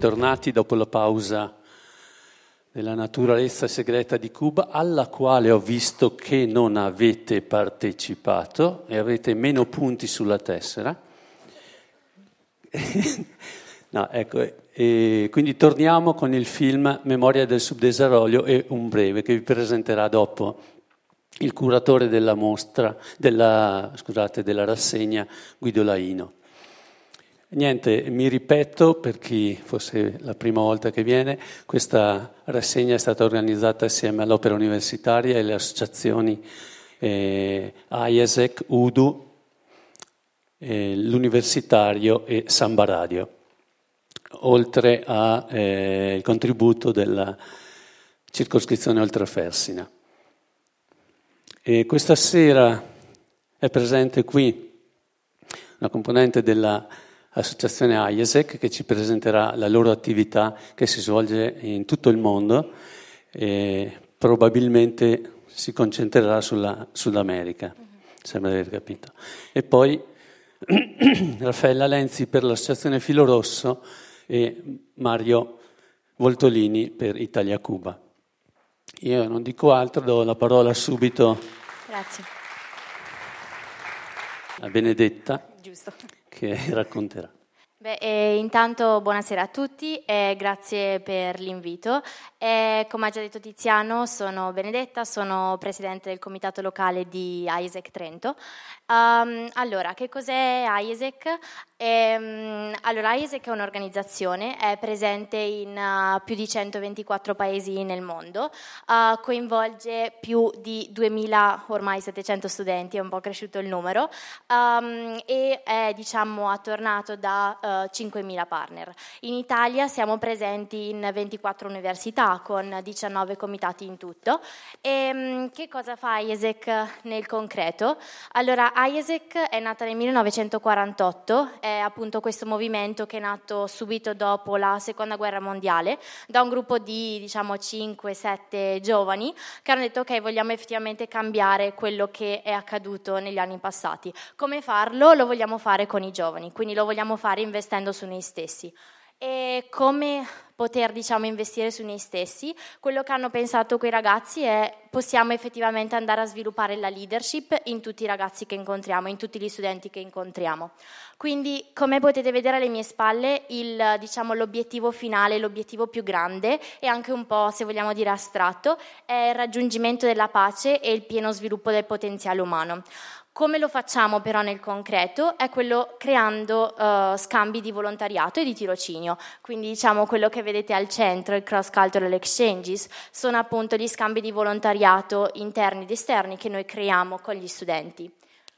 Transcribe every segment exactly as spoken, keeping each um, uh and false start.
bentornati dopo la pausa della naturalezza segreta di Cuba, alla quale ho visto che non avete partecipato e avete meno punti sulla tessera. No, ecco, e quindi torniamo con il film Memoria del Subdesarollo e un breve che vi presenterà dopo il curatore della mostra, della, scusate, della rassegna, Guido Laino. Niente, mi ripeto, per chi fosse la prima volta che viene, questa rassegna è stata organizzata assieme all'Opera Universitaria e alle associazioni eh, AIESEC, U D U, eh, l'Universitario e Samba Radio, oltre al eh, contributo della circoscrizione Oltrefersina. E questa sera è presente qui una componente della Associazione AIESEC che ci presenterà la loro attività che si svolge in tutto il mondo e probabilmente si concentrerà sulla Sud America, mm-hmm. Sembra di aver capito. E poi Raffaella Lenzi per l'Associazione Filo Rosso e Mario Voltolini per Italia Cuba. Io non dico altro, do la parola subito Grazie. a Benedetta. Giusto. Che racconterà. Beh, eh, intanto buonasera a tutti e grazie per l'invito. Eh, come ha già detto Tiziano, sono Benedetta, sono presidente del comitato locale di AIESEC Trento. Um, allora, che cos'è AIESEC? Ehm, allora, AIESEC è un'organizzazione, è presente in uh, più di centoventiquattro paesi nel mondo, uh, coinvolge più di duemila, ormai settecento studenti, è un po' cresciuto il numero, um, e è, diciamo, attornato da uh, cinquemila partner. In Italia siamo presenti in ventiquattro università con diciannove comitati in tutto. E um, che cosa fa AIESEC nel concreto? Allora, AIESEC è nata nel millenovecentoquarantotto, è appunto questo movimento che è nato subito dopo la seconda guerra mondiale da un gruppo di diciamo cinque sette giovani che hanno detto ok, vogliamo effettivamente cambiare quello che è accaduto negli anni passati. Come farlo? Lo vogliamo fare con i giovani, quindi lo vogliamo fare investendo su noi stessi. E come poter diciamo investire su noi stessi? Quello che hanno pensato quei ragazzi è possiamo effettivamente andare a sviluppare la leadership in tutti i ragazzi che incontriamo, in tutti gli studenti che incontriamo. Quindi, come potete vedere alle mie spalle, il, diciamo, l'obiettivo finale, l'obiettivo più grande e anche un po', se vogliamo dire, astratto, è il raggiungimento della pace e il pieno sviluppo del potenziale umano. Come lo facciamo però nel concreto? È quello creando uh, scambi di volontariato e di tirocinio, quindi diciamo quello che vedete al centro, il Cross Cultural Exchanges, sono appunto gli scambi di volontariato interni ed esterni che noi creiamo con gli studenti.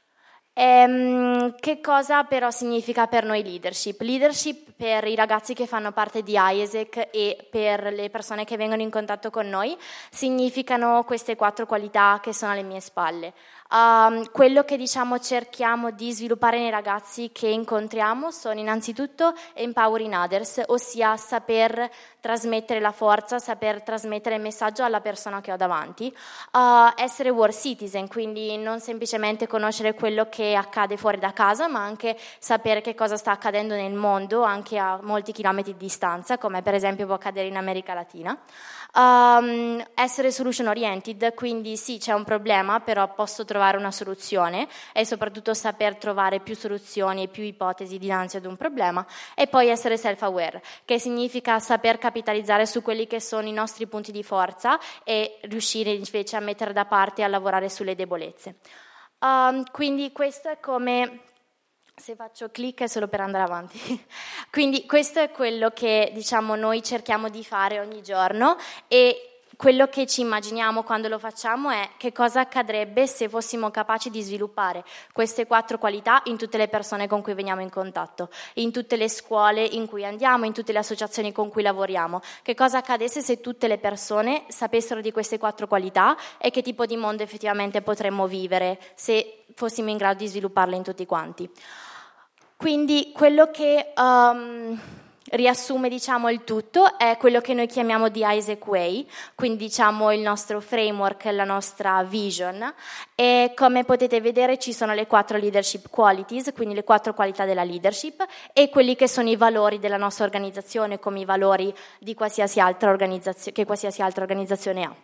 Ehm, che cosa però significa per noi leadership? Leadership per i ragazzi che fanno parte di AIESEC e per le persone che vengono in contatto con noi significano queste quattro qualità che sono alle mie spalle. Um, quello che diciamo cerchiamo di sviluppare nei ragazzi che incontriamo sono innanzitutto empowering others, ossia saper trasmettere la forza, saper trasmettere il messaggio alla persona che ho davanti, uh, essere world citizen, quindi non semplicemente conoscere quello che accade fuori da casa, ma anche sapere che cosa sta accadendo nel mondo anche a molti chilometri di distanza, come per esempio può accadere in America Latina. Um, essere solution oriented, quindi sì, c'è un problema, però posso trovare una soluzione e soprattutto saper trovare più soluzioni e più ipotesi dinanzi ad un problema. E poi essere self aware, che significa saper capitalizzare su quelli che sono i nostri punti di forza e riuscire invece a mettere da parte e a lavorare sulle debolezze. Um, quindi questo è come... Se faccio clic è solo per andare avanti. Quindi questo è quello che diciamo noi cerchiamo di fare ogni giorno e quello che ci immaginiamo quando lo facciamo è che cosa accadrebbe se fossimo capaci di sviluppare queste quattro qualità in tutte le persone con cui veniamo in contatto, in tutte le scuole in cui andiamo, in tutte le associazioni con cui lavoriamo. Che cosa accadesse se tutte le persone sapessero di queste quattro qualità e che tipo di mondo effettivamente potremmo vivere se fossimo in grado di svilupparle in tutti quanti. Quindi quello che um, riassume diciamo il tutto è quello che noi chiamiamo di Isaac Way, quindi diciamo il nostro framework, la nostra vision, e come potete vedere ci sono le quattro leadership qualities, quindi le quattro qualità della leadership e quelli che sono i valori della nostra organizzazione come i valori di qualsiasi altra organizzazione che qualsiasi altra organizzazione ha.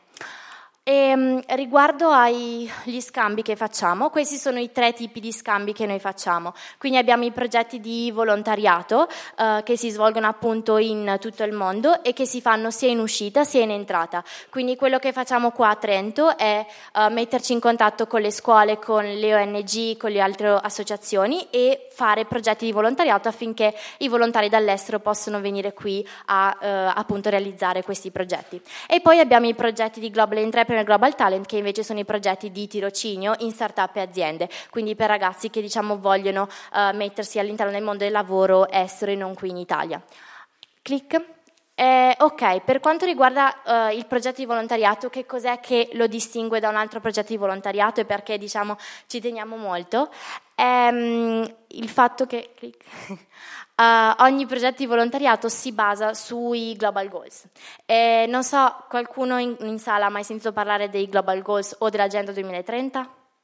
E, riguardo agli scambi che facciamo, questi sono i tre tipi di scambi che noi facciamo. Quindi abbiamo i progetti di volontariato eh, che si svolgono appunto in tutto il mondo e che si fanno sia in uscita sia in entrata. Quindi quello che facciamo qua a Trento è eh, metterci in contatto con le scuole, con le O N G, con le altre associazioni e fare progetti di volontariato affinché i volontari dall'estero possano venire qui a eh, appunto realizzare questi progetti. E poi abbiamo i progetti di Global Entrepreneur Global Talent, che invece sono i progetti di tirocinio in startup e aziende, quindi per ragazzi che diciamo vogliono uh, mettersi all'interno del mondo del lavoro estero e non qui in Italia. Clic. Eh, ok, per quanto riguarda uh, il progetto di volontariato, che cos'è che lo distingue da un altro progetto di volontariato e perché diciamo ci teniamo molto? Ehm, il fatto che clic, Uh, ogni progetto di volontariato si basa sui Global Goals. E non so, qualcuno in, in sala ha mai sentito parlare dei Global Goals o dell'Agenda duemilatrenta?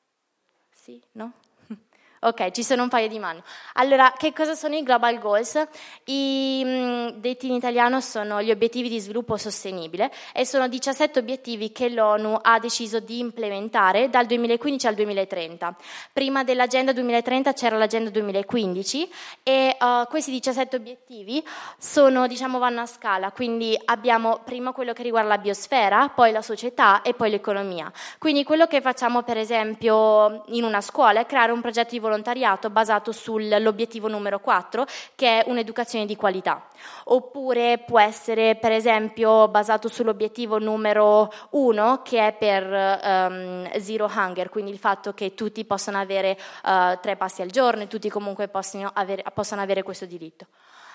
Sì? No? Ok, ci sono un paio di mani. Allora, che cosa sono i Global Goals? I, mh, detti in italiano sono gli obiettivi di sviluppo sostenibile e sono diciassette obiettivi che l'ONU ha deciso di implementare dal duemilaquindici al duemilatrenta. Prima dell'Agenda duemilatrenta c'era l'Agenda duemilaquindici e uh, questi diciassette obiettivi sono, diciamo, vanno a scala, quindi abbiamo prima quello che riguarda la biosfera, poi la società e poi l'economia. Quindi quello che facciamo per esempio in una scuola è creare un progetto di volontariato basato sull'obiettivo numero quattro, che è un'educazione di qualità. Oppure può essere per esempio basato sull'obiettivo numero uno, che è per um, Zero Hunger, quindi il fatto che tutti possano avere uh, tre pasti al giorno e tutti comunque possano avere, possano avere questo diritto.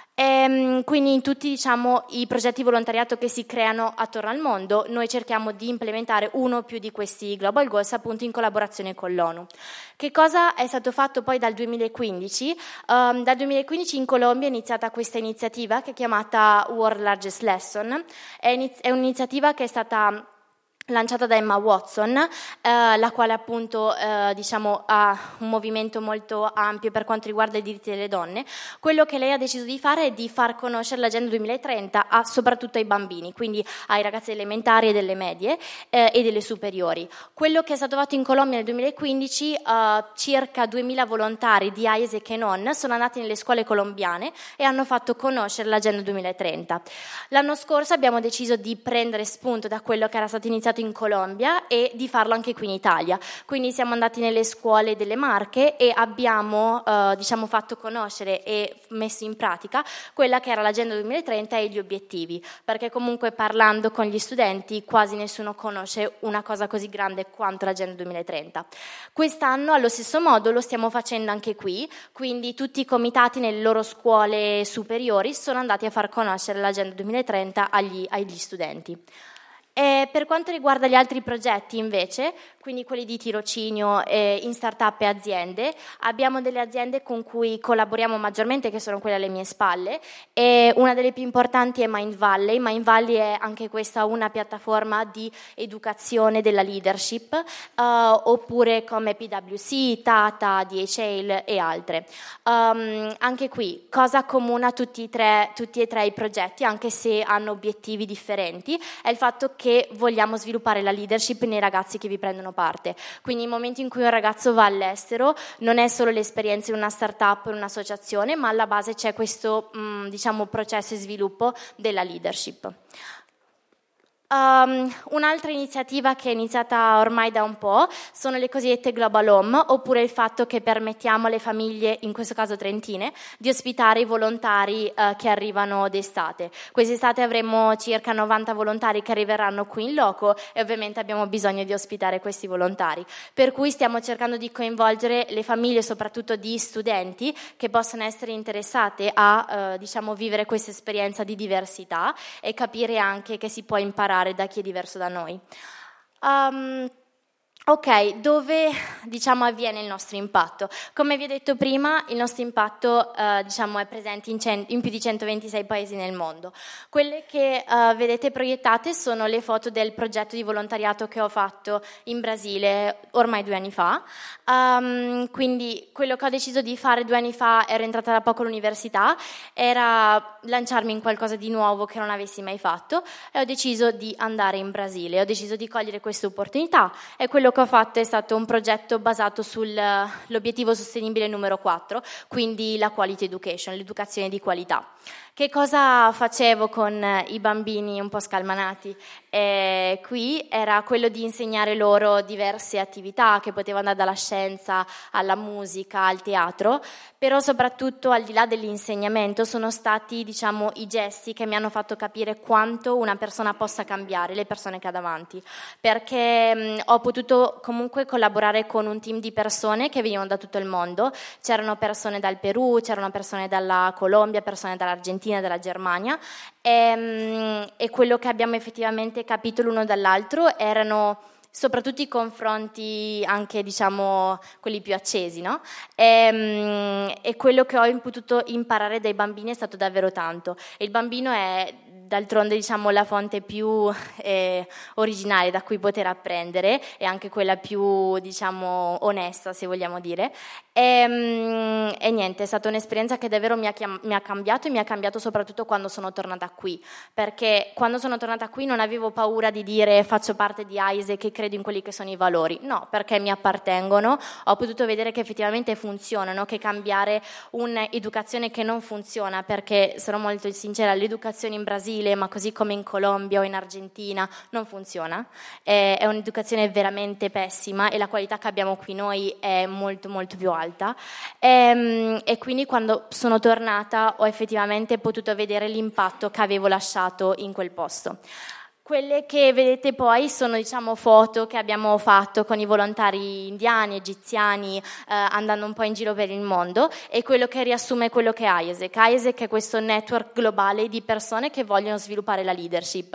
E, quindi in tutti diciamo, i progetti di volontariato che si creano attorno al mondo noi cerchiamo di implementare uno o più di questi Global Goals appunto in collaborazione con l'ONU. Che cosa è stato fatto poi dal duemilaquindici? Um, dal duemilaquindici in Colombia è iniziata questa iniziativa che è chiamata World Largest Lesson. È, iniz- è un'iniziativa che è stata lanciata da Emma Watson, eh, la quale appunto eh, diciamo, ha un movimento molto ampio per quanto riguarda i diritti delle donne. Quello che lei ha deciso di fare è di far conoscere l'Agenda duemilatrenta a, soprattutto ai bambini, quindi ai ragazzi elementari e delle medie eh, e delle superiori. Quello che è stato fatto in Colombia nel duemilaquindici, eh, circa duemila volontari di A I E S E che non sono andati nelle scuole colombiane e hanno fatto conoscere l'Agenda duemilatrenta. L'anno scorso abbiamo deciso di prendere spunto da quello che era stato iniziato in Colombia e di farlo anche qui in Italia. Quindi siamo andati nelle scuole delle Marche e abbiamo eh, diciamo fatto conoscere e messo in pratica quella che era l'Agenda duemilatrenta e gli obiettivi, perché comunque parlando con gli studenti quasi nessuno conosce una cosa così grande quanto l'Agenda duemilatrenta. Quest'anno allo stesso modo lo stiamo facendo anche qui, quindi tutti i comitati nelle loro scuole superiori sono andati a far conoscere l'Agenda duemilatrenta agli, agli studenti. E per quanto riguarda gli altri progetti invece, quindi quelli di tirocinio eh, in startup e aziende, abbiamo delle aziende con cui collaboriamo maggiormente, che sono quelle alle mie spalle, e una delle più importanti è Mindvalley. Mindvalley è anche questa una piattaforma di educazione della leadership, eh, oppure come P W C, Tata, D H L e altre. Um, anche qui, cosa accomuna tutti e, tre, tutti e tre i progetti, anche se hanno obiettivi differenti, è il fatto che vogliamo sviluppare la leadership nei ragazzi che vi prendono parte. Quindi nel momento in cui un ragazzo va all'estero non è solo l'esperienza in una startup o in un'associazione, ma alla base c'è questo mh, diciamo processo e sviluppo della leadership. Um, un'altra iniziativa che è iniziata ormai da un po' sono le cosiddette Global Home, oppure il fatto che permettiamo alle famiglie, in questo caso trentine, di ospitare i volontari uh, che arrivano d'estate. Quest'estate avremo circa novanta volontari che arriveranno qui in loco e ovviamente abbiamo bisogno di ospitare questi volontari, per cui stiamo cercando di coinvolgere le famiglie, soprattutto di studenti che possono essere interessate a uh, diciamo vivere questa esperienza di diversità e capire anche che si può imparare da chi è diverso da noi. Um, Ok, dove diciamo avviene il nostro impatto? Come vi ho detto prima, il nostro impatto eh, diciamo è presente in, cent- in più di centoventisei paesi nel mondo. Quelle che eh, vedete proiettate sono le foto del progetto di volontariato che ho fatto in Brasile ormai due anni fa. Um, quindi quello che ho deciso di fare due anni fa, ero entrata da poco all'università, era lanciarmi in qualcosa di nuovo che non avessi mai fatto e ho deciso di andare in Brasile, ho deciso di cogliere questa opportunità e quello che ho fatto è stato un progetto basato sull'obiettivo sostenibile numero quattro, quindi la quality education, l'educazione di qualità. Che cosa facevo con i bambini un po' scalmanati? Eh, qui era quello di insegnare loro diverse attività che potevano andare dalla scienza alla musica, al teatro, però soprattutto al di là dell'insegnamento sono stati, diciamo, i gesti che mi hanno fatto capire quanto una persona possa cambiare, le persone che ha davanti, perché mh, ho potuto comunque collaborare con un team di persone che venivano da tutto il mondo, c'erano persone dal Perù, c'erano persone dalla Colombia, persone dall'Argentina, dalla Germania e, e quello che abbiamo effettivamente capito l'uno dall'altro erano soprattutto i confronti anche diciamo quelli più accesi, no? E, e quello che ho potuto imparare dai bambini è stato davvero tanto. E il bambino è d'altronde diciamo la fonte più eh, originale da cui poter apprendere e anche quella più diciamo onesta, se vogliamo dire. E, um, e niente, è stata un'esperienza che davvero mi ha, chiam- mi ha cambiato e mi ha cambiato soprattutto quando sono tornata qui, perché quando sono tornata qui non avevo paura di dire faccio parte di A I S E C e credo in quelli che sono i valori, no, perché mi appartengono, ho potuto vedere che effettivamente funzionano, che cambiare un'educazione che non funziona, perché sarò molto sincera, l'educazione in Brasile ma così come in Colombia o in Argentina non funziona, è, è un'educazione veramente pessima e la qualità che abbiamo qui noi è molto molto più alta e, e quindi quando sono tornata ho effettivamente potuto vedere l'impatto che avevo lasciato in quel posto. Quelle che vedete poi sono diciamo foto che abbiamo fatto con i volontari indiani, egiziani, eh, andando un po' in giro per il mondo e quello che riassume quello che è A I S E C. A I S E C è questo network globale di persone che vogliono sviluppare la leadership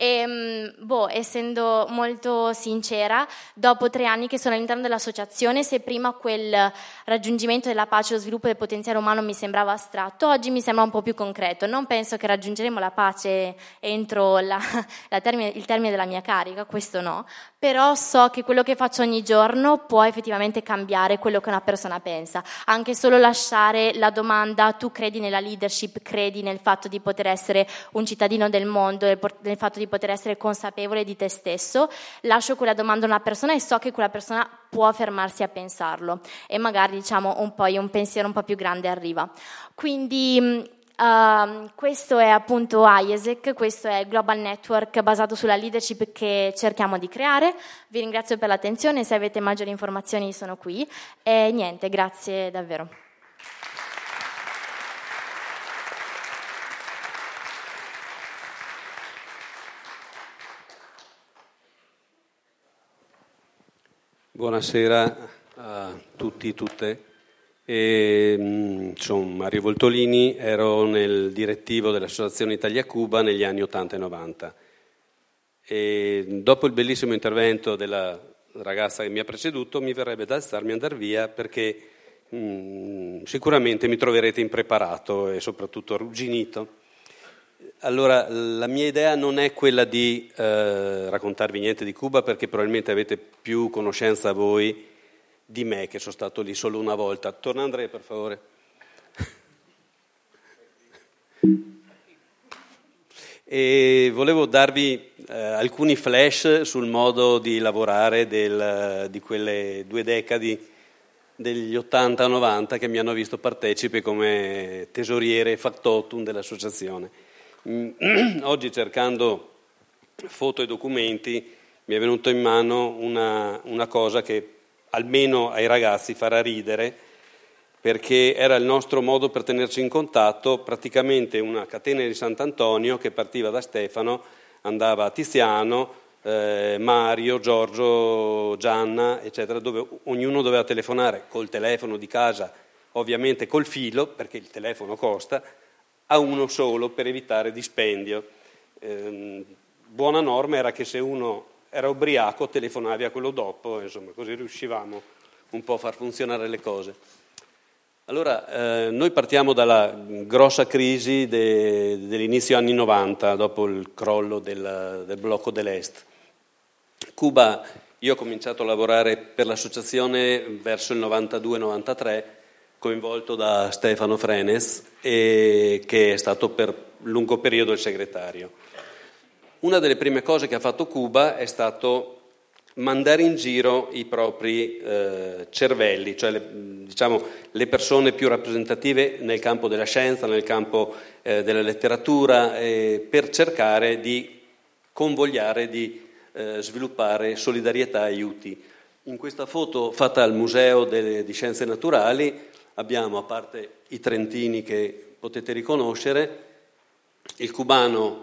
e boh, essendo molto sincera, dopo tre anni che sono all'interno dell'associazione, se prima quel raggiungimento della pace e lo sviluppo del potenziale umano mi sembrava astratto, oggi mi sembra un po' più concreto. Non penso che raggiungeremo la pace entro la La termine, il termine della mia carica, questo no, però so che quello che faccio ogni giorno può effettivamente cambiare quello che una persona pensa, anche solo lasciare la domanda tu credi nella leadership, credi nel fatto di poter essere un cittadino del mondo, nel fatto di poter essere consapevole di te stesso, lascio quella domanda a una persona e so che quella persona può fermarsi a pensarlo e magari diciamo un po' un pensiero un po' più grande arriva. Quindi Uh, questo è appunto A I S E C, questo è il Global Network basato sulla leadership che cerchiamo di creare. Vi ringrazio per l'attenzione, se avete maggiori informazioni sono qui e niente, grazie davvero. Buonasera a tutti e tutte. E, sono Mario Voltolini, ero nel direttivo dell'Associazione Italia-Cuba negli anni ottanta e novanta. E dopo il bellissimo intervento della ragazza che mi ha preceduto, mi verrebbe da alzarmi e andare via perché mh, sicuramente mi troverete impreparato e soprattutto arrugginito. Allora, la mia idea non è quella di eh, raccontarvi niente di Cuba perché probabilmente avete più conoscenza voi di me, che sono stato lì solo una volta. Torna Andrea, per favore. E volevo darvi eh, alcuni flash sul modo di lavorare del, di quelle due decadi degli ottanta novanta che mi hanno visto partecipe come tesoriere factotum dell'associazione. Oggi, cercando foto e documenti, mi è venuto in mano una, una cosa che almeno ai ragazzi farà ridere, perché era il nostro modo per tenerci in contatto, praticamente una catena di Sant'Antonio che partiva da Stefano, andava a Tiziano, eh, Mario, Giorgio, Gianna, eccetera, dove ognuno doveva telefonare col telefono di casa, ovviamente col filo, perché il telefono costa, a uno solo per evitare dispendio. Eh, buona norma era che se uno era ubriaco, telefonavi a quello dopo, insomma, così riuscivamo un po' a far funzionare le cose. Allora, eh, noi partiamo dalla grossa crisi de, dell'inizio anni novanta, dopo il crollo del, del blocco dell'Est. Cuba, io ho cominciato a lavorare per l'associazione verso il novantadue novantatré, coinvolto da Stefano Frenes, e che è stato per lungo periodo il segretario. Una delle prime cose che ha fatto Cuba è stato mandare in giro i propri eh, cervelli, cioè le, diciamo, le persone più rappresentative nel campo della scienza, nel campo eh, della letteratura, eh, per cercare di convogliare, di eh, sviluppare solidarietà e aiuti. In questa foto fatta al Museo delle, di Scienze Naturali abbiamo, a parte i trentini che potete riconoscere, il cubano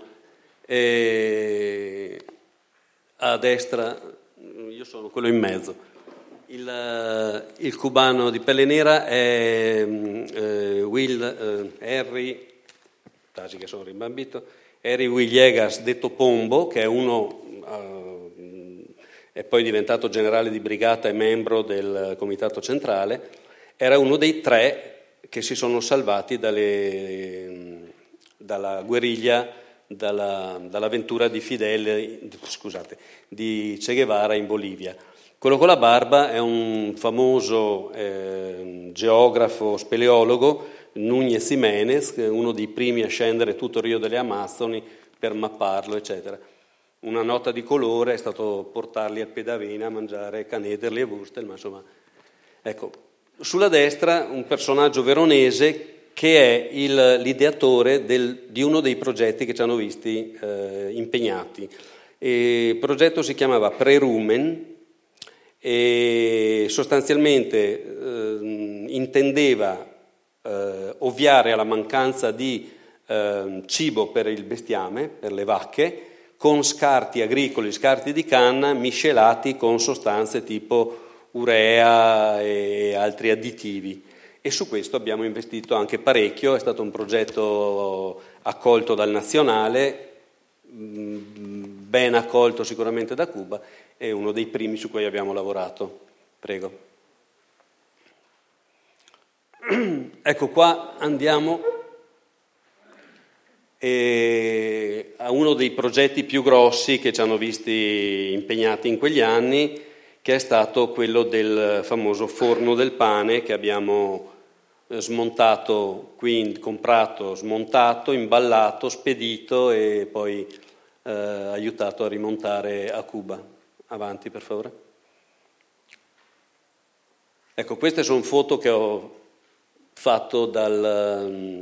eh, a destra, io sono quello in mezzo, il, il cubano di pelle nera è eh, Will eh, Harry, quasi che sono rimbambito, Harry Villegas detto Pombo, che è uno, eh, è poi diventato generale di brigata e membro del comitato centrale. Era uno dei tre che si sono salvati dalle, dalla guerriglia, dalla, dall'avventura di Fidel, scusate, di Che Guevara in Bolivia. Quello con la barba è un famoso eh, geografo speleologo, Núñez Jiménez, uno dei primi a scendere tutto il Rio delle Amazzoni per mapparlo, eccetera. Una nota di colore è stato portarli al Pedavena a mangiare canederli e wurstel, ma insomma, ecco. Sulla destra un personaggio veronese che è il, l'ideatore del, di uno dei progetti che ci hanno visti eh, impegnati. E il progetto si chiamava Prerumen e sostanzialmente eh, intendeva eh, ovviare alla mancanza di eh, cibo per il bestiame, per le vacche, con scarti agricoli, scarti di canna miscelati con sostanze tipo urea e altri additivi, e su questo abbiamo investito anche parecchio. È stato un progetto accolto dal Nazionale, ben accolto sicuramente da Cuba, e uno dei primi su cui abbiamo lavorato. Prego. Ecco, qua andiamo e a uno dei progetti più grossi che ci hanno visti impegnati in quegli anni, che è stato quello del famoso forno del pane che abbiamo smontato qui, comprato, smontato, imballato, spedito e poi eh, aiutato a rimontare a Cuba. Avanti, per favore. Ecco, queste sono foto che ho fatto dal,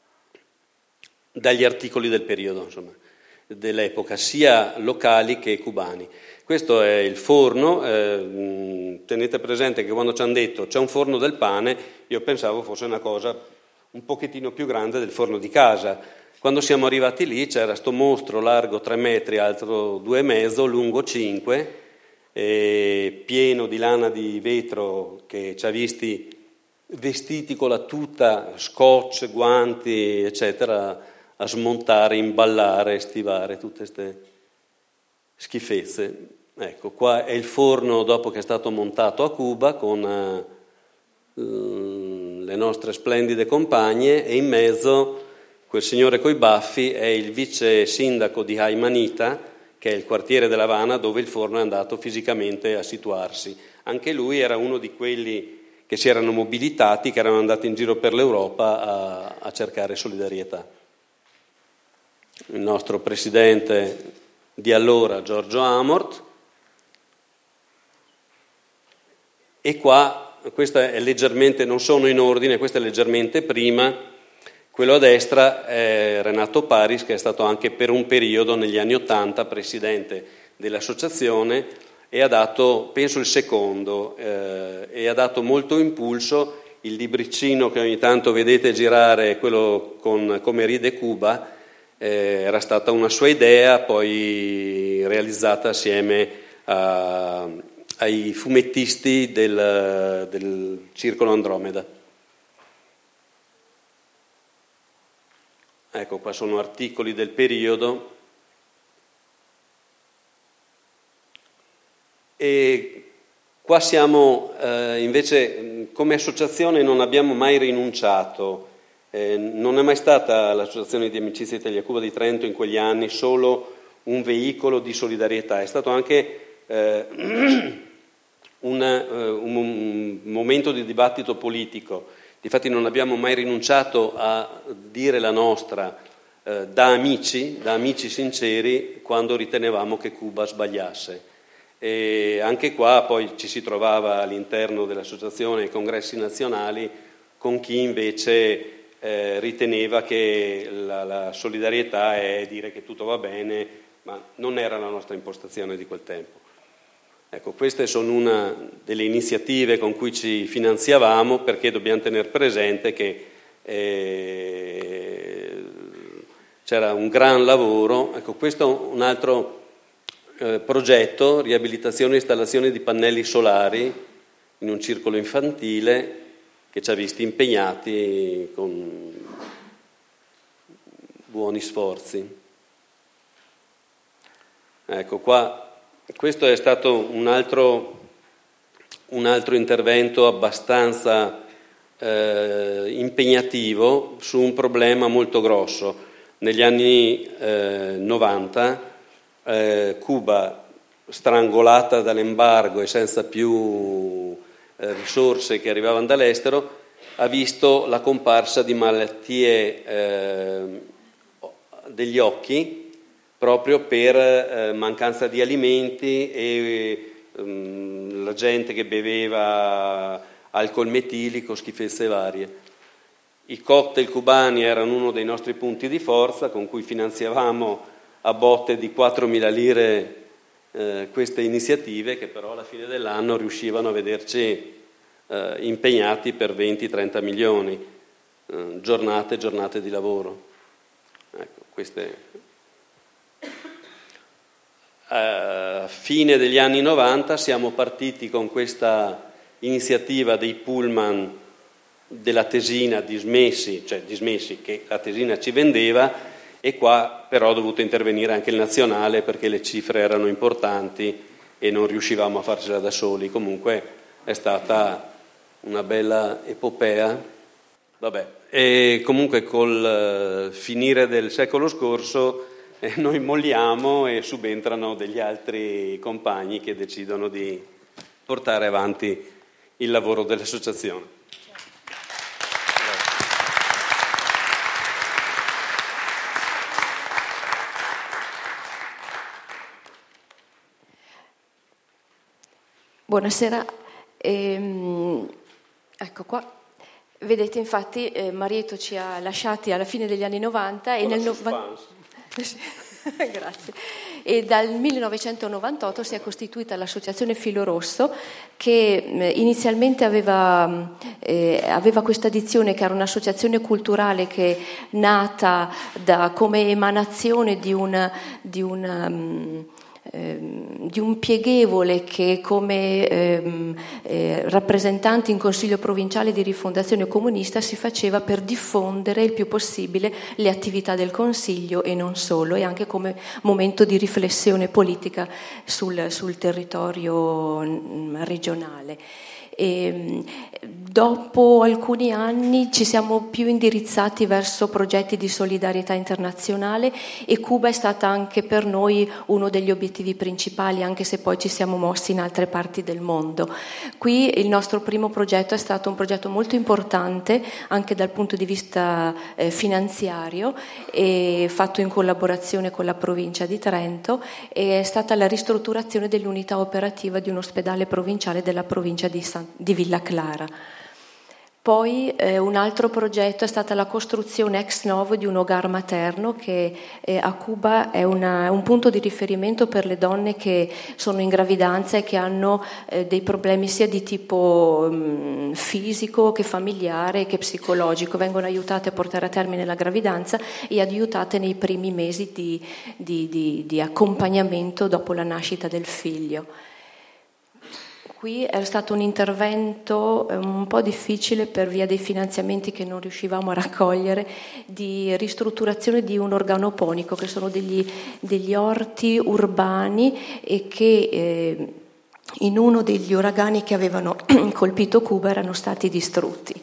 dagli articoli del periodo, insomma, dell'epoca, sia locali che cubani. Questo è il forno, eh, tenete presente che quando ci hanno detto c'è un forno del pane, io pensavo fosse una cosa un pochettino più grande del forno di casa. Quando siamo arrivati lì c'era sto mostro largo tre metri, alto due e mezzo, lungo cinque, eh, pieno di lana di vetro che ci ha visti vestiti con la tuta, scotch, guanti, eccetera, a smontare, imballare, stivare, tutte queste schifezze. Ecco, qua è il forno dopo che è stato montato a Cuba con uh, le nostre splendide compagne, e in mezzo quel signore coi baffi è il vice sindaco di Jaimanita, che è il quartiere della Habana dove il forno è andato fisicamente a situarsi. Anche lui era uno di quelli che si erano mobilitati, che erano andati in giro per l'Europa a, a cercare solidarietà. Il nostro presidente di allora, Giorgio Amort, e qua, questa è leggermente, non sono in ordine, questa è leggermente prima, quello a destra è Renato Paris, che è stato anche per un periodo negli anni Ottanta presidente dell'associazione e ha dato, penso il secondo, eh, e ha dato molto impulso. Il libricino che ogni tanto vedete girare, quello con Come ride Cuba, eh, era stata una sua idea, poi realizzata assieme a, ai fumettisti del, del Circolo Andromeda. Ecco, qua sono articoli del periodo. E qua siamo, eh, invece, come associazione non abbiamo mai rinunciato, eh, non è mai stata l'Associazione di Amicizia Italia-Cuba di Trento in quegli anni solo un veicolo di solidarietà, è stato anche eh, un, un, un momento di dibattito politico. Difatti non abbiamo mai rinunciato a dire la nostra eh, da amici, da amici sinceri, quando ritenevamo che Cuba sbagliasse. E anche qua poi ci si trovava all'interno dell'associazione ai congressi nazionali con chi invece eh, riteneva che la, la solidarietà è dire che tutto va bene, ma non era la nostra impostazione di quel tempo. Ecco, queste sono una delle iniziative con cui ci finanziavamo, perché dobbiamo tenere presente che eh, c'era un gran lavoro. Ecco, questo è un altro eh, progetto, riabilitazione e installazione di pannelli solari in un circolo infantile, che ci ha visti impegnati con buoni sforzi. Ecco qua. Questo è stato un altro, un altro intervento abbastanza eh, impegnativo su un problema molto grosso. Negli anni eh, novanta eh, Cuba, strangolata dall'embargo e senza più eh, risorse che arrivavano dall'estero, ha visto la comparsa di malattie eh, degli occhi, proprio per eh, mancanza di alimenti e um, la gente che beveva alcol metilico, schifezze varie. I cocktail cubani erano uno dei nostri punti di forza, con cui finanziavamo a botte di quattromila lire eh, queste iniziative, che però alla fine dell'anno riuscivano a vederci eh, impegnati per venti trenta milioni, eh, giornate e giornate di lavoro. Ecco, queste... A fine degli anni novanta siamo partiti con questa iniziativa dei pullman della tesina dismessi, cioè dismessi che la tesina ci vendeva, e qua però è dovuto intervenire anche il nazionale perché le cifre erano importanti e non riuscivamo a farcela da soli. Comunque è stata una bella epopea. Vabbè. E comunque col finire del secolo scorso Eh, noi molliamo e subentrano degli altri compagni che decidono di portare avanti il lavoro dell'associazione. Buonasera. Ehm, ecco qua. Vedete, infatti, eh, Marieto ci ha lasciati alla fine degli anni novanta e nel novanta... Grazie. E dal millenovecentonovantotto si è costituita l'associazione Filo Rosso, che eh, inizialmente aveva, eh, aveva questa dizione, che era un'associazione culturale che nata da, come emanazione di una, di una um, di un pieghevole che come ehm, eh, rappresentanti in Consiglio Provinciale di Rifondazione Comunista si faceva per diffondere il più possibile le attività del Consiglio e non solo, e anche come momento di riflessione politica sul, sul territorio regionale. E dopo alcuni anni ci siamo più indirizzati verso progetti di solidarietà internazionale e Cuba è stata anche per noi uno degli obiettivi principali, anche se poi ci siamo mossi in altre parti del mondo. Qui il nostro primo progetto è stato un progetto molto importante anche dal punto di vista eh, finanziario, e fatto in collaborazione con la provincia di Trento, e è stata la ristrutturazione dell'unità operativa di un ospedale provinciale della provincia di San di Villa Clara. Poi eh, un altro progetto è stata la costruzione ex novo di un hogar materno che eh, a Cuba è una, un punto di riferimento per le donne che sono in gravidanza e che hanno eh, dei problemi sia di tipo mh, fisico che familiare che psicologico. Vengono aiutate a portare a termine la gravidanza e aiutate nei primi mesi di, di, di, di accompagnamento dopo la nascita del figlio. Qui è stato un intervento un po' difficile per via dei finanziamenti che non riuscivamo a raccogliere, di ristrutturazione di un organoponico, che sono degli, degli orti urbani e che eh, in uno degli uragani che avevano colpito Cuba erano stati distrutti.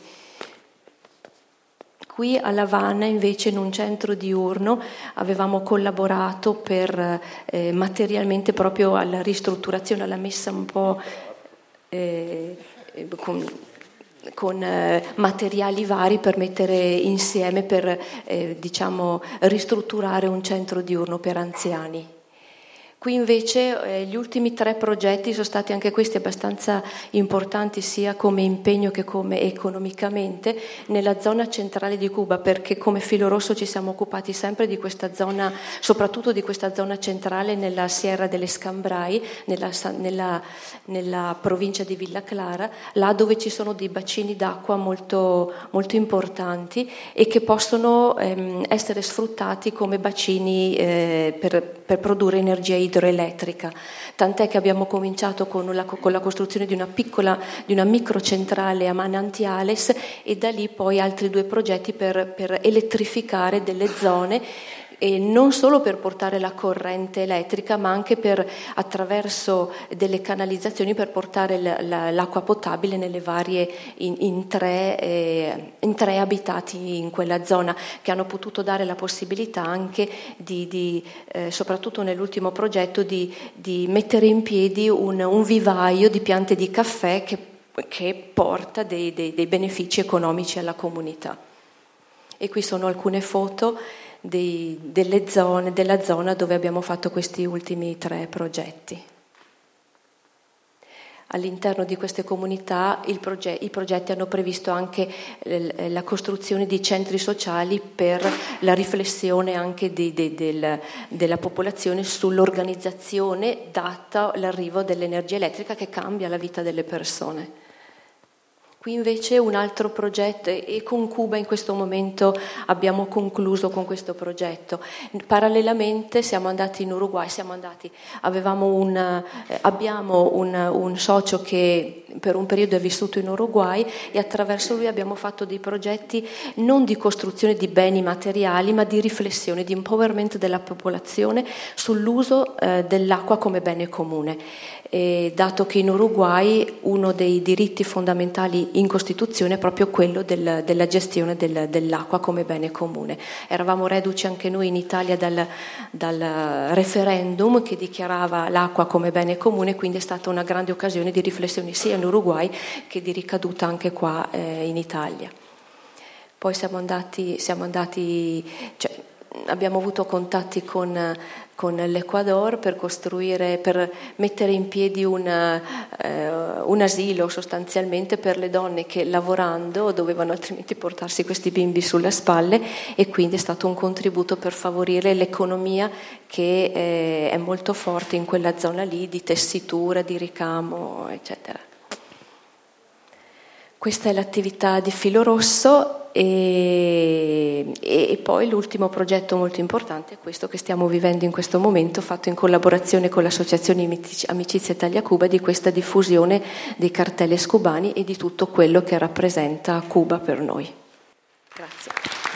Qui a La Habana, invece, in un centro diurno, avevamo collaborato per eh, materialmente proprio alla ristrutturazione, alla messa un po' eh, con, con eh, materiali vari per mettere insieme, per eh, diciamo ristrutturare un centro diurno per anziani. Qui invece eh, gli ultimi tre progetti sono stati anche questi abbastanza importanti sia come impegno che come economicamente nella zona centrale di Cuba, perché come Filo Rosso ci siamo occupati sempre di questa zona, soprattutto di questa zona centrale nella Sierra delle Scambrai, nella, nella, nella provincia di Villa Clara, là dove ci sono dei bacini d'acqua molto, molto importanti e che possono ehm, essere sfruttati come bacini eh, per, per produrre energia idroelettrica, tant'è che abbiamo cominciato con la, con la costruzione di una piccola, di una microcentrale a Manantiales e da lì poi altri due progetti per, per elettrificare delle zone, e non solo per portare la corrente elettrica, ma anche per, attraverso delle canalizzazioni, per portare la, la, l'acqua potabile nelle varie, in, in, tre, eh, in tre abitati in quella zona, che hanno potuto dare la possibilità anche di, di eh, soprattutto nell'ultimo progetto, di, di mettere in piedi un, un vivaio di piante di caffè che, che porta dei, dei, dei benefici economici alla comunità. E qui sono alcune foto Dei, delle zone, della zona dove abbiamo fatto questi ultimi tre progetti. All'interno di queste comunità il proge- i progetti hanno previsto anche eh, la costruzione di centri sociali per la riflessione anche di, di, del, della popolazione sull'organizzazione data l'arrivo dell'energia elettrica che cambia la vita delle persone. Qui invece un altro progetto, e con Cuba in questo momento abbiamo concluso con questo progetto. Parallelamente siamo andati in Uruguay, siamo andati, avevamo un, eh, abbiamo un, un socio che per un periodo è vissuto in Uruguay e attraverso lui abbiamo fatto dei progetti non di costruzione di beni materiali, ma di riflessione, di empowerment della popolazione sull'uso eh, dell'acqua come bene comune. E dato che in Uruguay uno dei diritti fondamentali in Costituzione è proprio quello del, della gestione del, dell'acqua come bene comune. Eravamo reduci anche noi in Italia dal, dal referendum che dichiarava l'acqua come bene comune, quindi è stata una grande occasione di riflessione sia in Uruguay che di ricaduta anche qua eh, in Italia. Poi siamo andati, siamo andati cioè, abbiamo avuto contatti con con l'Ecuador per costruire, per mettere in piedi un, eh, un asilo sostanzialmente per le donne che lavorando dovevano altrimenti portarsi questi bimbi sulle spalle, e quindi è stato un contributo per favorire l'economia che eh, è molto forte in quella zona lì di tessitura, di ricamo, eccetera. Questa è l'attività di Filo Rosso. E, e poi l'ultimo progetto molto importante è questo che stiamo vivendo in questo momento, fatto in collaborazione con l'associazione Amicizia Italia-Cuba, di questa diffusione dei carteles cubani e di tutto quello che rappresenta Cuba per noi. Grazie.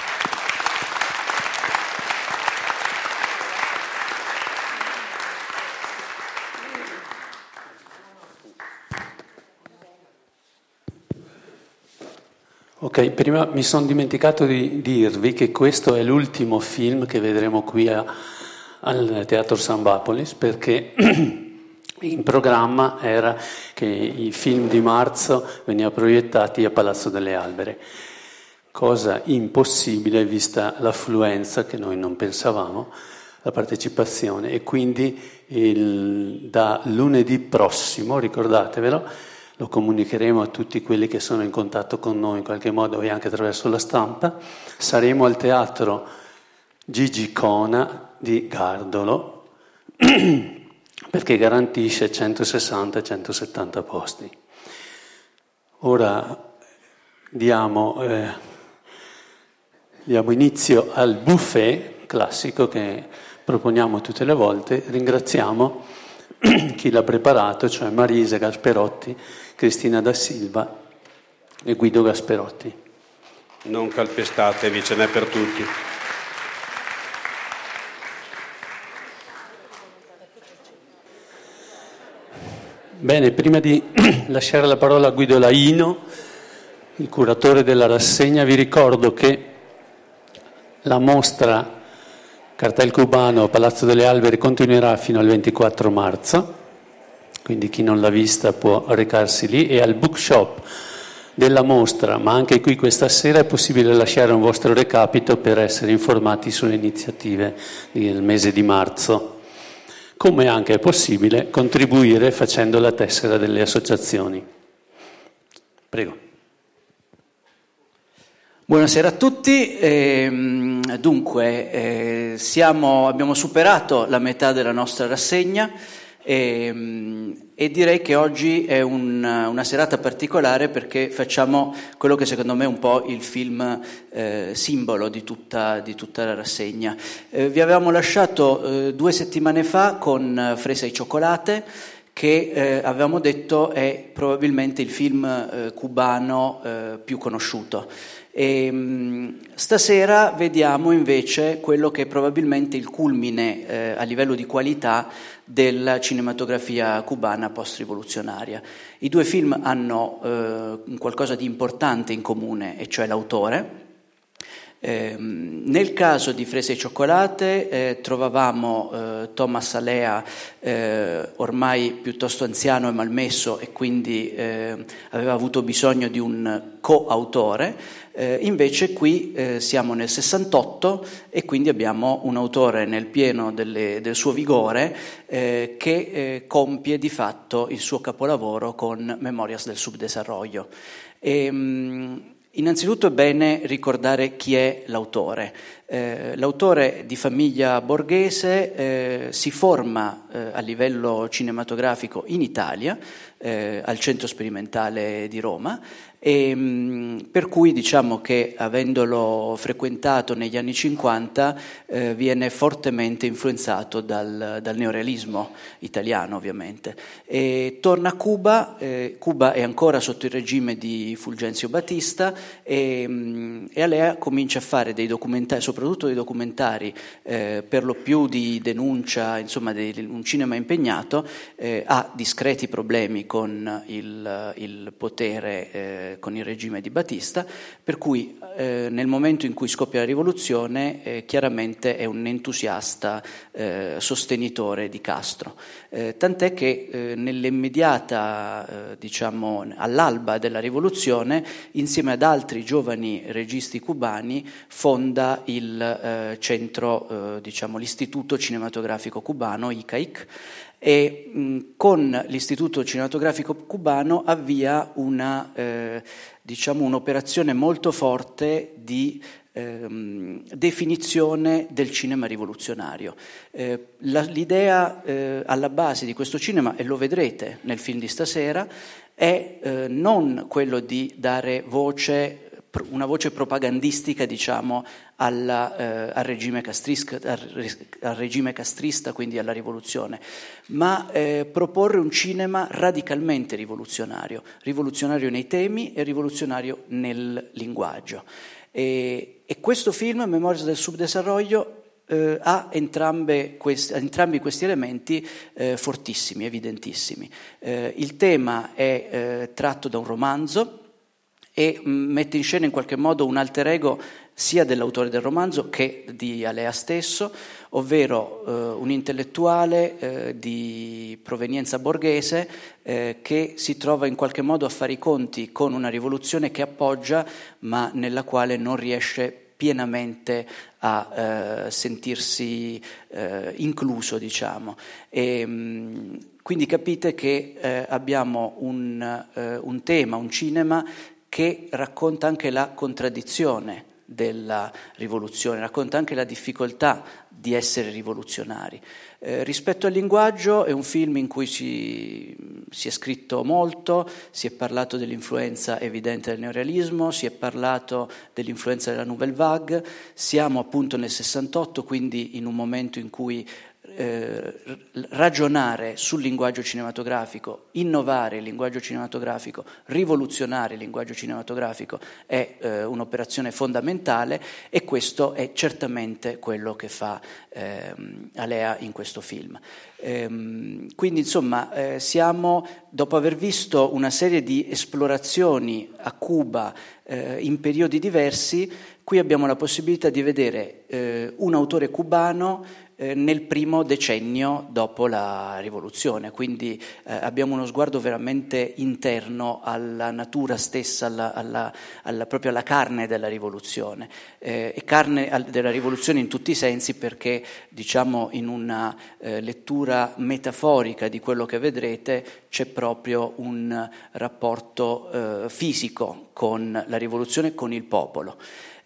Ok, prima mi sono dimenticato di dirvi che questo è l'ultimo film che vedremo qui a, al Teatro San Bapolis, perché in programma era che i film di marzo venivano proiettati a Palazzo delle Albere, cosa impossibile vista l'affluenza che noi non pensavamo, la partecipazione, e quindi il, da lunedì prossimo, ricordatevelo, lo comunicheremo a tutti quelli che sono in contatto con noi in qualche modo e anche attraverso la stampa, saremo al Teatro Gigi Cona di Gardolo perché garantisce centosessanta centosettanta posti. Ora diamo, eh, diamo inizio al buffet classico che proponiamo tutte le volte. Ringraziamo chi l'ha preparato, cioè Marisa Gasperotti, Cristina da Silva e Guido Gasperotti. Non calpestatevi, ce n'è per tutti. Bene, prima di lasciare la parola a Guido Laino, il curatore della rassegna, vi ricordo che la mostra Cartel Cubano a Palazzo delle Alberi continuerà fino al ventiquattro marzo, quindi chi non l'ha vista può recarsi lì, e al bookshop della mostra, ma anche qui questa sera, è possibile lasciare un vostro recapito per essere informati sulle iniziative del mese di marzo, come anche è possibile contribuire facendo la tessera delle associazioni. Prego. Buonasera a tutti. Eh, dunque, eh, siamo, abbiamo superato la metà della nostra rassegna e, e direi che oggi è un, una serata particolare perché facciamo quello che secondo me è un po' il film eh, simbolo di tutta, di tutta la rassegna. Eh, vi avevamo lasciato eh, due settimane fa con Fresa e Cioccolate, che eh, avevamo detto è probabilmente il film eh, cubano eh, più conosciuto. E, mh, stasera vediamo invece quello che è probabilmente il culmine eh, a livello di qualità della cinematografia cubana post-rivoluzionaria. I due film hanno eh, qualcosa di importante in comune, e cioè l'autore. Eh, nel caso di Fresa e Cioccolate eh, trovavamo eh, Thomas Alea, eh, ormai piuttosto anziano e malmesso, e quindi eh, aveva avuto bisogno di un coautore. Eh, invece qui eh, siamo nel sessantotto e quindi abbiamo un autore nel pieno delle, del suo vigore eh, che eh, compie di fatto il suo capolavoro con Memorias del Subdesarrollo. E, mh, Innanzitutto è bene ricordare chi è l'autore. Eh, l'autore di famiglia borghese eh, si forma eh, a livello cinematografico in Italia, eh, al Centro Sperimentale di Roma, e mh, per cui diciamo che avendolo frequentato negli anni cinquanta eh, viene fortemente influenzato dal, dal neorealismo italiano, ovviamente. E torna a Cuba, eh, Cuba è ancora sotto il regime di Fulgencio Batista, e, mh, e Alea comincia a fare dei documentari, soprattutto dei documentari eh, per lo più di denuncia, insomma di un cinema impegnato, eh, ha discreti problemi con il, il potere, eh, con il regime di Batista, per cui eh, nel momento in cui scoppia la rivoluzione eh, chiaramente è un entusiasta eh, sostenitore di Castro, eh, tant'è che eh, nell'immediata, eh, diciamo all'alba della rivoluzione, insieme ad altri giovani registi cubani fonda il eh, centro, eh, diciamo l'Istituto Cinematografico Cubano, I C A I C, e mh, con l'Istituto Cinematografico Cubano avvia una, eh, diciamo un'operazione molto forte di ehm, definizione del cinema rivoluzionario. Eh, la, l'idea eh, alla base di questo cinema, e lo vedrete nel film di stasera, è eh, non quello di dare voce, una voce propagandistica, diciamo, alla, eh, al, regime castrista, al, al regime castrista, quindi alla rivoluzione, ma eh, proporre un cinema radicalmente rivoluzionario, rivoluzionario nei temi e rivoluzionario nel linguaggio. E, e questo film, Memorias del Subdesarrollo, eh, ha entrambe questi, entrambi questi elementi eh, fortissimi, evidentissimi. Eh, il tema è eh, tratto da un romanzo e mette in scena in qualche modo un alter ego sia dell'autore del romanzo che di Alea stesso, ovvero eh, un intellettuale eh, di provenienza borghese eh, che si trova in qualche modo a fare i conti con una rivoluzione che appoggia, ma nella quale non riesce pienamente a eh, sentirsi eh, incluso, diciamo. E, mh, quindi capite che eh, abbiamo un, eh, un tema, un cinema che racconta anche la contraddizione della rivoluzione, racconta anche la difficoltà di essere rivoluzionari. Eh, rispetto al linguaggio è un film in cui si, si è scritto molto, si è parlato dell'influenza evidente del neorealismo, si è parlato dell'influenza della Nouvelle Vague, siamo appunto nel sessantotto, quindi in un momento in cui eh, ragionare sul linguaggio cinematografico, innovare il linguaggio cinematografico, rivoluzionare il linguaggio cinematografico è eh, un'operazione fondamentale, e questo è certamente quello che fa eh, Alea in questo film. Ehm, quindi insomma eh, siamo, dopo aver visto una serie di esplorazioni a Cuba eh, in periodi diversi, qui abbiamo la possibilità di vedere eh, un autore cubano eh, nel primo decennio dopo la rivoluzione, quindi eh, abbiamo uno sguardo veramente interno alla natura stessa, alla, alla, alla, proprio alla carne della rivoluzione, eh, e carne della rivoluzione in tutti i sensi, perché diciamo in una eh, lettura metaforica di quello che vedrete c'è proprio un rapporto eh, fisico con la rivoluzione, con il popolo.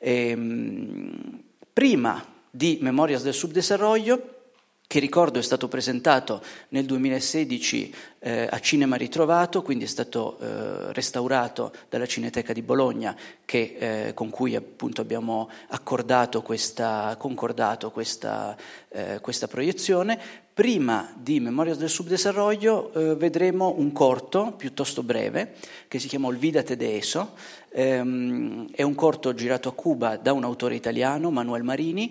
Ehm, prima di Memorias del Subdesarrollo, che ricordo è stato presentato nel duemilasedici eh, a Cinema Ritrovato, quindi è stato eh, restaurato dalla Cineteca di Bologna, che, eh, con cui appunto abbiamo accordato questa, concordato questa, eh, questa proiezione. Prima di Memorias del Subdesarrollo eh, vedremo un corto piuttosto breve che si chiama Olvídate de eso. Ehm, è un corto girato a Cuba da un autore italiano, Manuel Marini,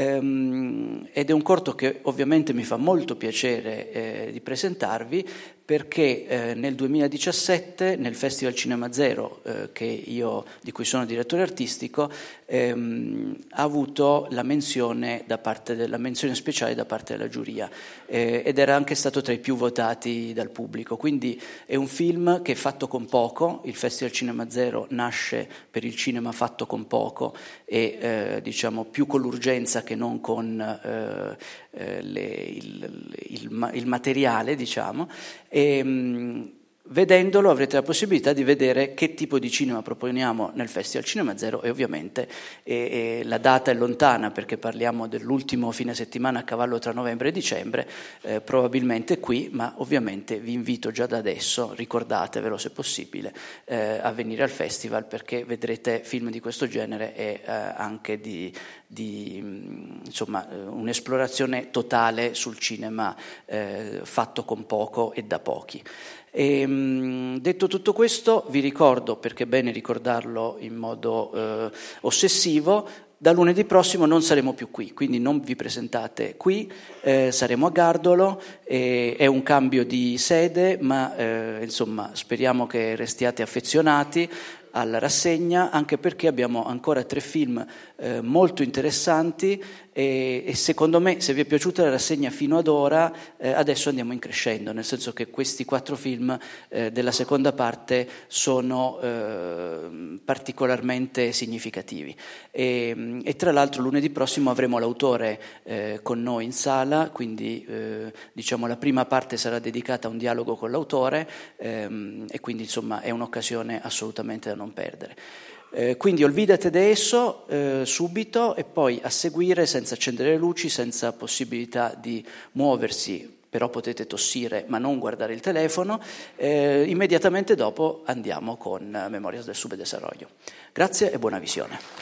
ehm, ed è un corto che ovviamente mi fa molto piacere eh, di presentarvi, perché eh, nel duemiladiciassette nel Festival Cinema Zero, eh, che io, di cui sono direttore artistico, ehm, ha avuto la menzione, da parte della menzione speciale da parte della giuria, eh, ed era anche stato tra i più votati dal pubblico. Quindi è un film che è fatto con poco. Il Festival Cinema Zero nasce per il cinema fatto con poco e eh, diciamo più con l'urgenza che non con eh, eh, le, il, il, il materiale, diciamo. E, mh, vedendolo avrete la possibilità di vedere che tipo di cinema proponiamo nel Festival Cinema Zero, e ovviamente e, e la data è lontana perché parliamo dell'ultimo fine settimana a cavallo tra novembre e dicembre, eh, probabilmente qui, ma ovviamente vi invito già da adesso, ricordatevelo se possibile, eh, a venire al festival, perché vedrete film di questo genere e eh, anche di, di insomma un'esplorazione totale sul cinema eh, fatto con poco e da pochi. E, mh, detto tutto questo, vi ricordo, perché è bene ricordarlo in modo eh, ossessivo, da lunedì prossimo non saremo più qui, quindi non vi presentate qui, eh, saremo a Gardolo, eh, è un cambio di sede, ma eh, insomma speriamo che restiate affezionati alla rassegna, anche perché abbiamo ancora tre film eh, molto interessanti e, e secondo me, se vi è piaciuta la rassegna fino ad ora, eh, adesso andiamo in crescendo, nel senso che questi quattro film eh, della seconda parte sono eh, particolarmente significativi. E, e tra l'altro lunedì prossimo avremo l'autore eh, con noi in sala, quindi eh, diciamo la prima parte sarà dedicata a un dialogo con l'autore ehm, e quindi insomma è un'occasione assolutamente da non perdere. Eh, quindi Olvídate de eso eh, subito, e poi a seguire, senza accendere le luci, senza possibilità di muoversi, però potete tossire ma non guardare il telefono, eh, immediatamente dopo andiamo con Memorias del Subdesarrollo. Grazie e buona visione.